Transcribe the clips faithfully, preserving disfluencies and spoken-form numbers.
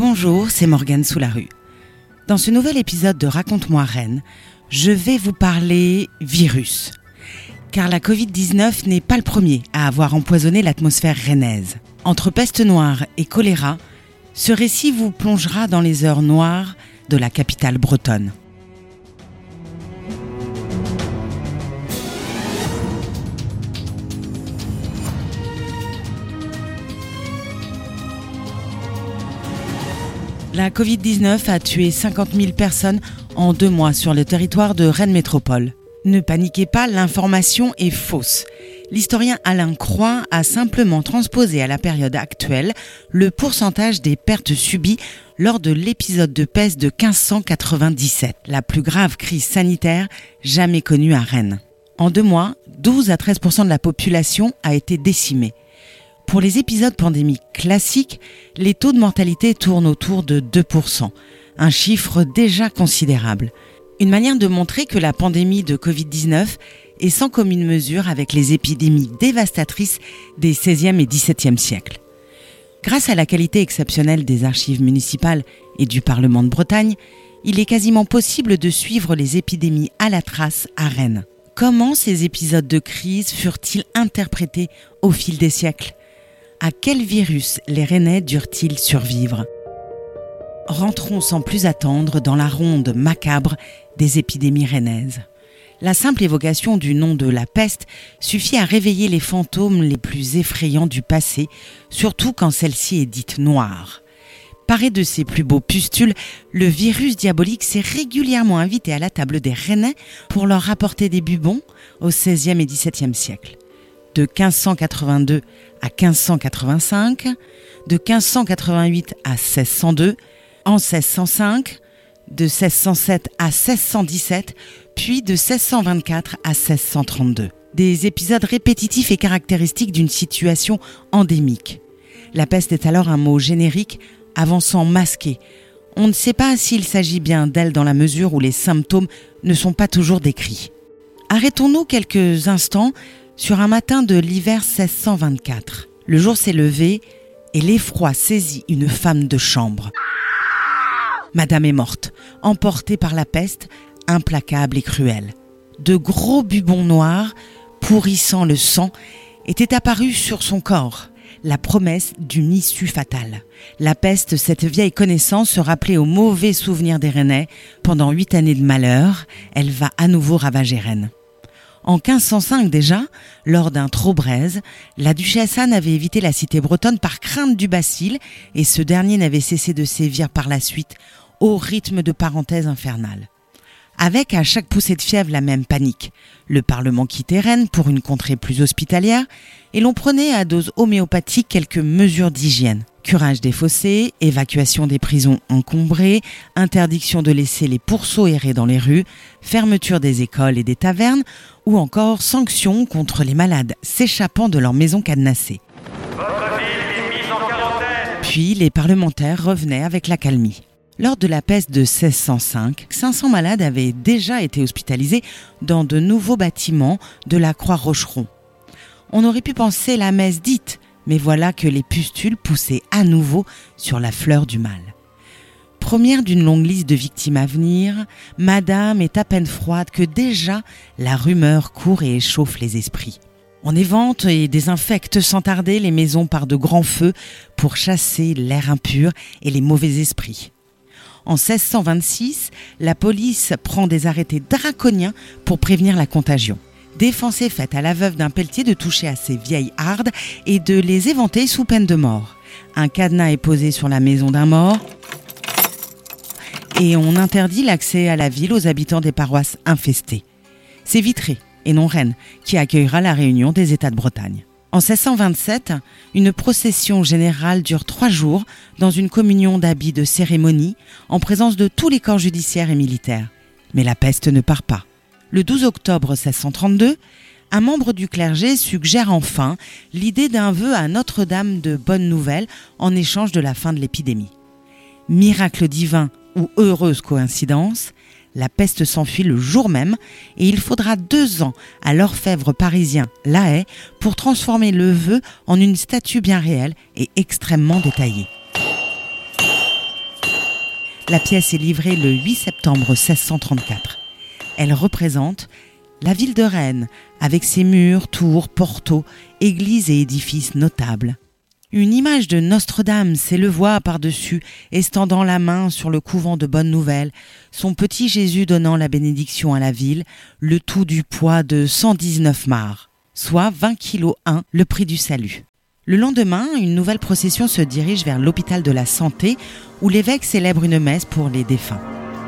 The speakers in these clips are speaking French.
Bonjour, c'est Morgane Soularue. Dans ce nouvel épisode de Raconte-moi Rennes, je vais vous parler virus. Car la covid dix-neuf n'est pas le premier à avoir empoisonné l'atmosphère rennaise. Entre peste noire et choléra, ce récit vous plongera dans les heures noires de la capitale bretonne. La covid dix-neuf a tué cinquante mille personnes en deux mois sur le territoire de Rennes Métropole. Ne paniquez pas, l'information est fausse. L'historien Alain Croix a simplement transposé à la période actuelle le pourcentage des pertes subies lors de l'épisode de peste de quinze cent quatre-vingt-dix-sept, la plus grave crise sanitaire jamais connue à Rennes. En deux mois, douze à treize pour cent de la population a été décimée. Pour les épisodes pandémiques classiques, les taux de mortalité tournent autour de deux pour cent, un chiffre déjà considérable. Une manière de montrer que la pandémie de covid dix-neuf est sans commune mesure avec les épidémies dévastatrices des seizième et dix-septième siècles. Grâce à la qualité exceptionnelle des archives municipales et du Parlement de Bretagne, il est quasiment possible de suivre les épidémies à la trace à Rennes. Comment ces épisodes de crise furent-ils interprétés au fil des siècles ? À quel virus les Rennais durent-ils survivre ? Rentrons sans plus attendre dans la ronde macabre des épidémies rennaises. La simple évocation du nom de la peste suffit à réveiller les fantômes les plus effrayants du passé, surtout quand celle-ci est dite noire. Paré de ses plus beaux pustules, le virus diabolique s'est régulièrement invité à la table des Rennais pour leur rapporter des bubons au seizième et dix-septième siècle. De quinze cent quatre-vingt-deux à quinze cent quatre-vingt-cinq, de quinze cent quatre-vingt-huit à seize cent deux, en seize cent cinq, de seize cent sept à seize cent dix-sept, puis de seize cent vingt-quatre à seize cent trente-deux. Des épisodes répétitifs et caractéristiques d'une situation endémique. La peste est alors un mot générique, avançant masqué. On ne sait pas s'il s'agit bien d'elle dans la mesure où les symptômes ne sont pas toujours décrits. Arrêtons-nous quelques instants sur un matin de l'hiver seize cent vingt-quatre. Le jour s'est levé et l'effroi saisit une femme de chambre. Madame est morte, emportée par la peste, implacable et cruelle. De gros bubons noirs, pourrissant le sang, étaient apparus sur son corps, la promesse d'une issue fatale. La peste, cette vieille connaissance, se rappelait aux mauvais souvenirs des Rennais. Pendant huit années de malheur, elle va à nouveau ravager Rennes. En quinze cent cinq déjà, lors d'un trop-braise, la duchesse Anne avait évité la cité bretonne par crainte du bacille et ce dernier n'avait cessé de sévir par la suite au rythme de parenthèse infernale. Avec à chaque poussée de fièvre la même panique. Le Parlement quittait Rennes pour une contrée plus hospitalière et l'on prenait à dose homéopathique quelques mesures d'hygiène. Curage des fossés, évacuation des prisons encombrées, interdiction de laisser les pourceaux errer dans les rues, fermeture des écoles et des tavernes, ou encore sanctions contre les malades s'échappant de leur maison cadenassée. Votre ville est mise en quarantaine. Puis les parlementaires revenaient avec l'accalmie. Lors de la peste de seize cent cinq, cinq cents malades avaient déjà été hospitalisés dans de nouveaux bâtiments de la Croix-Rocheron. On aurait pu penser la messe dite, mais voilà que les pustules poussaient à nouveau sur la fleur du mal. Première d'une longue liste de victimes à venir, Madame est à peine froide que déjà la rumeur court et échauffe les esprits. On évente et désinfecte sans tarder les maisons par de grands feux pour chasser l'air impur et les mauvais esprits. En seize cent vingt-six, la police prend des arrêtés draconiens pour prévenir la contagion. Défense est faite à la veuve d'un pelletier de toucher à ces vieilles hardes et de les éventer sous peine de mort. Un cadenas est posé sur la maison d'un mort et on interdit l'accès à la ville aux habitants des paroisses infestées. C'est Vitré, et non Rennes, qui accueillera la réunion des États de Bretagne. En seize cent vingt-sept, une procession générale dure trois jours dans une communion d'habits de cérémonie en présence de tous les corps judiciaires et militaires. Mais la peste ne part pas. Le douze octobre seize cent trente-deux, un membre du clergé suggère enfin l'idée d'un vœu à Notre-Dame de bonnes nouvelles en échange de la fin de l'épidémie. Miracle divin ou heureuse coïncidence, la peste s'enfuit le jour même et il faudra deux ans à l'orfèvre parisien La Haye pour transformer le vœu en une statue bien réelle et extrêmement détaillée. La pièce est livrée le huit septembre seize cent trente-quatre. Elle représente la ville de Rennes, avec ses murs, tours, portaux, églises et édifices notables. Une image de Notre-Dame s'élevoit par-dessus, estendant la main sur le couvent de Bonne-Nouvelle, son petit Jésus donnant la bénédiction à la ville, le tout du poids de cent dix-neuf mars, soit vingt kilos un, le prix du salut. Le lendemain, une nouvelle procession se dirige vers l'hôpital de la Santé, où l'évêque célèbre une messe pour les défunts.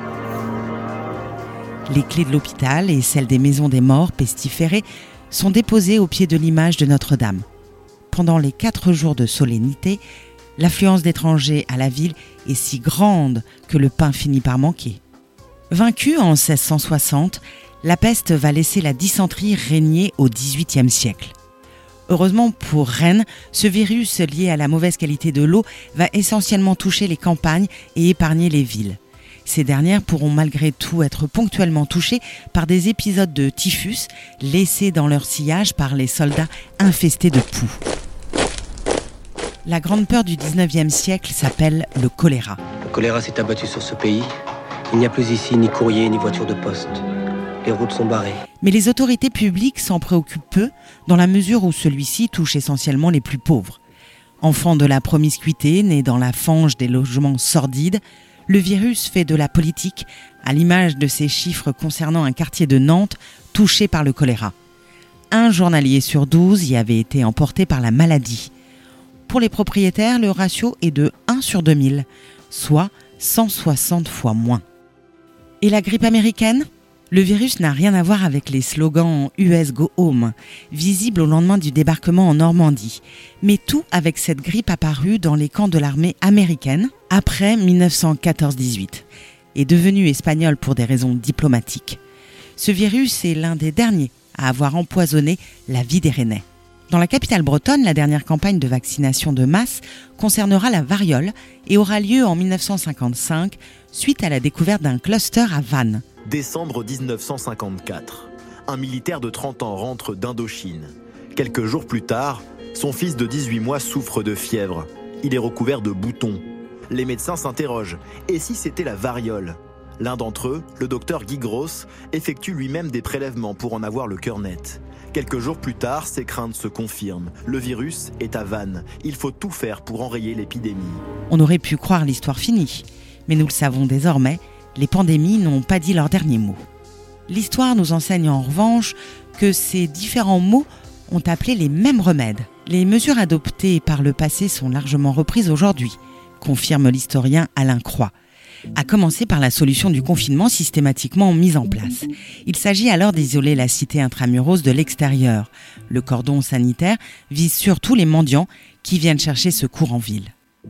Les clés de l'hôpital et celles des maisons des morts pestiférées sont déposées au pied de l'image de Notre-Dame. Pendant les quatre jours de solennité, l'affluence d'étrangers à la ville est si grande que le pain finit par manquer. Vaincue en seize cent soixante, la peste va laisser la dysenterie régner au dix-huitième siècle. Heureusement pour Rennes, ce virus lié à la mauvaise qualité de l'eau va essentiellement toucher les campagnes et épargner les villes. Ces dernières pourront malgré tout être ponctuellement touchées par des épisodes de typhus laissés dans leur sillage par les soldats infestés de poux. La grande peur du dix-neuvième siècle s'appelle le choléra. Le choléra s'est abattu sur ce pays. Il n'y a plus ici ni courrier ni voiture de poste. Les routes sont barrées. Mais les autorités publiques s'en préoccupent peu, dans la mesure où celui-ci touche essentiellement les plus pauvres. Enfant de la promiscuité, né dans la fange des logements sordides, le virus fait de la politique, à l'image de ces chiffres concernant un quartier de Nantes touché par le choléra. Un journalier sur douze y avait été emporté par la maladie. Pour les propriétaires, le ratio est de un sur deux mille, soit cent soixante fois moins. Et la grippe américaine ? Le virus n'a rien à voir avec les slogans « U S Go Home », visibles au lendemain du débarquement en Normandie, mais tout avec cette grippe apparue dans les camps de l'armée américaine après dix-neuf cent quatorze dix-huit, et devenue espagnole pour des raisons diplomatiques. Ce virus est l'un des derniers à avoir empoisonné la vie des Rennais. Dans la capitale bretonne, la dernière campagne de vaccination de masse concernera la variole et aura lieu en dix-neuf cent cinquante-cinq, suite à la découverte d'un cluster à Vannes. Décembre dix-neuf cent cinquante-quatre. Un militaire de trente ans rentre d'Indochine. Quelques jours plus tard, son fils de dix-huit mois souffre de fièvre. Il est recouvert de boutons. Les médecins s'interrogent. Et si c'était la variole ? L'un d'entre eux, le docteur Guy Gross, effectue lui-même des prélèvements pour en avoir le cœur net. Quelques jours plus tard, ses craintes se confirment. Le virus est à Vannes. Il faut tout faire pour enrayer l'épidémie. On aurait pu croire l'histoire finie, mais nous le savons désormais, les pandémies n'ont pas dit leur dernier mot. L'histoire nous enseigne en revanche que ces différents mots ont appelé les mêmes remèdes. Les mesures adoptées par le passé sont largement reprises aujourd'hui, confirme l'historien Alain Croix. À commencer par la solution du confinement systématiquement mise en place. Il s'agit alors d'isoler la cité intramuros de l'extérieur. Le cordon sanitaire vise surtout les mendiants qui viennent chercher secours en ville.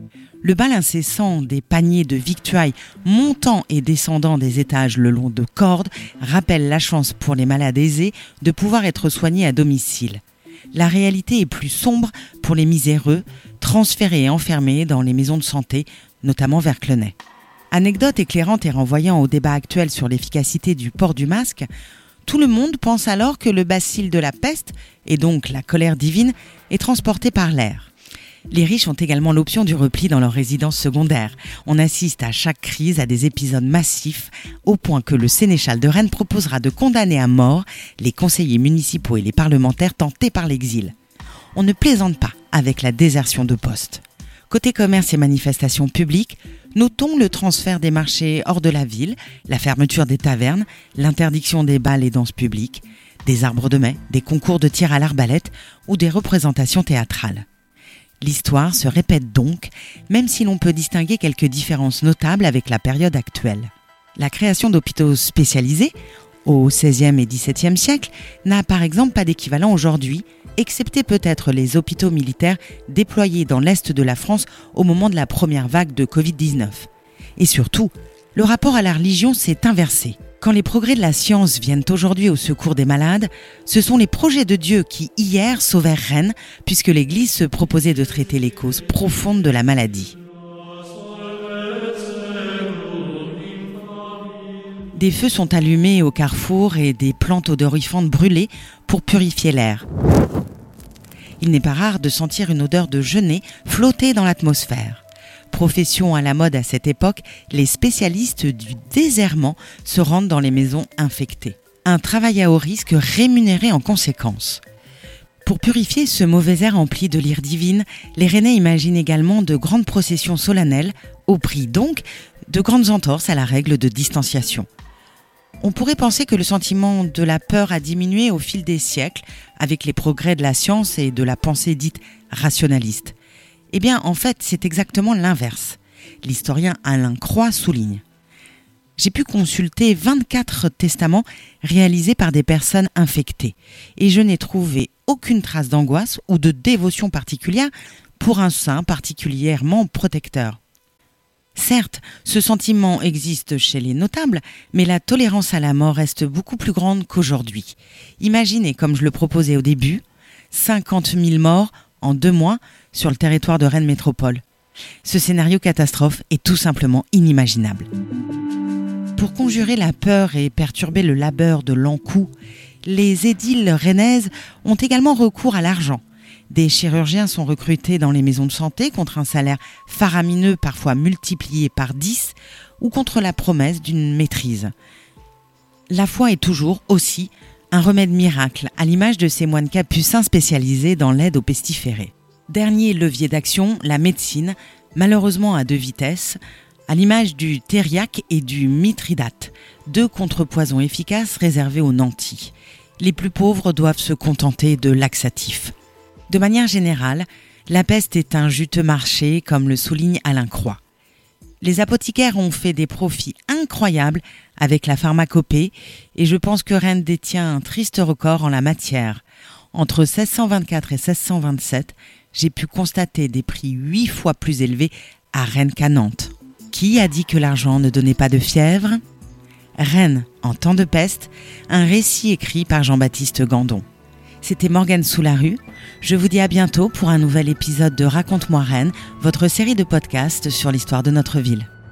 Le bal incessant des paniers de victuailles montant et descendant des étages le long de cordes rappelle la chance pour les malades aisés de pouvoir être soignés à domicile. La réalité est plus sombre pour les miséreux, transférés et enfermés dans les maisons de santé, notamment vers Clenay. Anecdote éclairante et renvoyant au débat actuel sur l'efficacité du port du masque, tout le monde pense alors que le bacille de la peste, et donc la colère divine, est transporté par l'air. Les riches ont également l'option du repli dans leur résidence secondaire. On assiste à chaque crise à des épisodes massifs, au point que le sénéchal de Rennes proposera de condamner à mort les conseillers municipaux et les parlementaires tentés par l'exil. On ne plaisante pas avec la désertion de postes. Côté commerce et manifestations publiques, notons le transfert des marchés hors de la ville, la fermeture des tavernes, l'interdiction des bals et danses publiques, des arbres de mai, des concours de tir à l'arbalète ou des représentations théâtrales. L'histoire se répète donc, même si l'on peut distinguer quelques différences notables avec la période actuelle. La création d'hôpitaux spécialisés, au seizième et dix-septième siècle, n'a par exemple pas d'équivalent aujourd'hui, excepté peut-être les hôpitaux militaires déployés dans l'est de la France au moment de la première vague de covid dix-neuf. Et surtout, le rapport à la religion s'est inversé. Quand les progrès de la science viennent aujourd'hui au secours des malades, ce sont les projets de Dieu qui, hier, sauvèrent Rennes, puisque l'Église se proposait de traiter les causes profondes de la maladie. Des feux sont allumés au carrefour et des plantes odorifantes brûlées pour purifier l'air. Il n'est pas rare de sentir une odeur de genêt flotter dans l'atmosphère. Profession à la mode à cette époque, les spécialistes du déserrement se rendent dans les maisons infectées. Un travail à haut risque rémunéré en conséquence. Pour purifier ce mauvais air empli de lyre divine, les Rennais imaginent également de grandes processions solennelles, au prix donc de grandes entorses à la règle de distanciation. On pourrait penser que le sentiment de la peur a diminué au fil des siècles avec les progrès de la science et de la pensée dite rationaliste. Eh bien, en fait, c'est exactement l'inverse. L'historien Alain Croix souligne. J'ai pu consulter vingt-quatre testaments réalisés par des personnes infectées et je n'ai trouvé aucune trace d'angoisse ou de dévotion particulière pour un saint particulièrement protecteur. Certes, ce sentiment existe chez les notables, mais la tolérance à la mort reste beaucoup plus grande qu'aujourd'hui. Imaginez, comme je le proposais au début, cinquante mille morts en deux mois sur le territoire de Rennes Métropole. Ce scénario catastrophe est tout simplement inimaginable. Pour conjurer la peur et perturber le labeur de l'Ankou, les édiles rennaises ont également recours à l'argent. Des chirurgiens sont recrutés dans les maisons de santé contre un salaire faramineux, parfois multiplié par dix, ou contre la promesse d'une maîtrise. La foi est toujours aussi un remède miracle, à l'image de ces moines capucins spécialisés dans l'aide aux pestiférés. Dernier levier d'action, la médecine, malheureusement à deux vitesses, à l'image du thériaque et du mithridate, deux contrepoisons efficaces réservés aux nantis. Les plus pauvres doivent se contenter de laxatifs. De manière générale, la peste est un juteux marché, comme le souligne Alain Croix. Les apothicaires ont fait des profits incroyables avec la pharmacopée et je pense que Rennes détient un triste record en la matière. Entre seize cent vingt-quatre et seize cent vingt-sept, j'ai pu constater des prix huit fois plus élevés à Rennes qu'à Nantes. Qui a dit que l'argent ne donnait pas de fièvre ? Rennes, en temps de peste, un récit écrit par Jean-Baptiste Gandon. C'était Morgane Soularue. Je vous dis à bientôt pour un nouvel épisode de Raconte-moi Rennes, votre série de podcasts sur l'histoire de notre ville.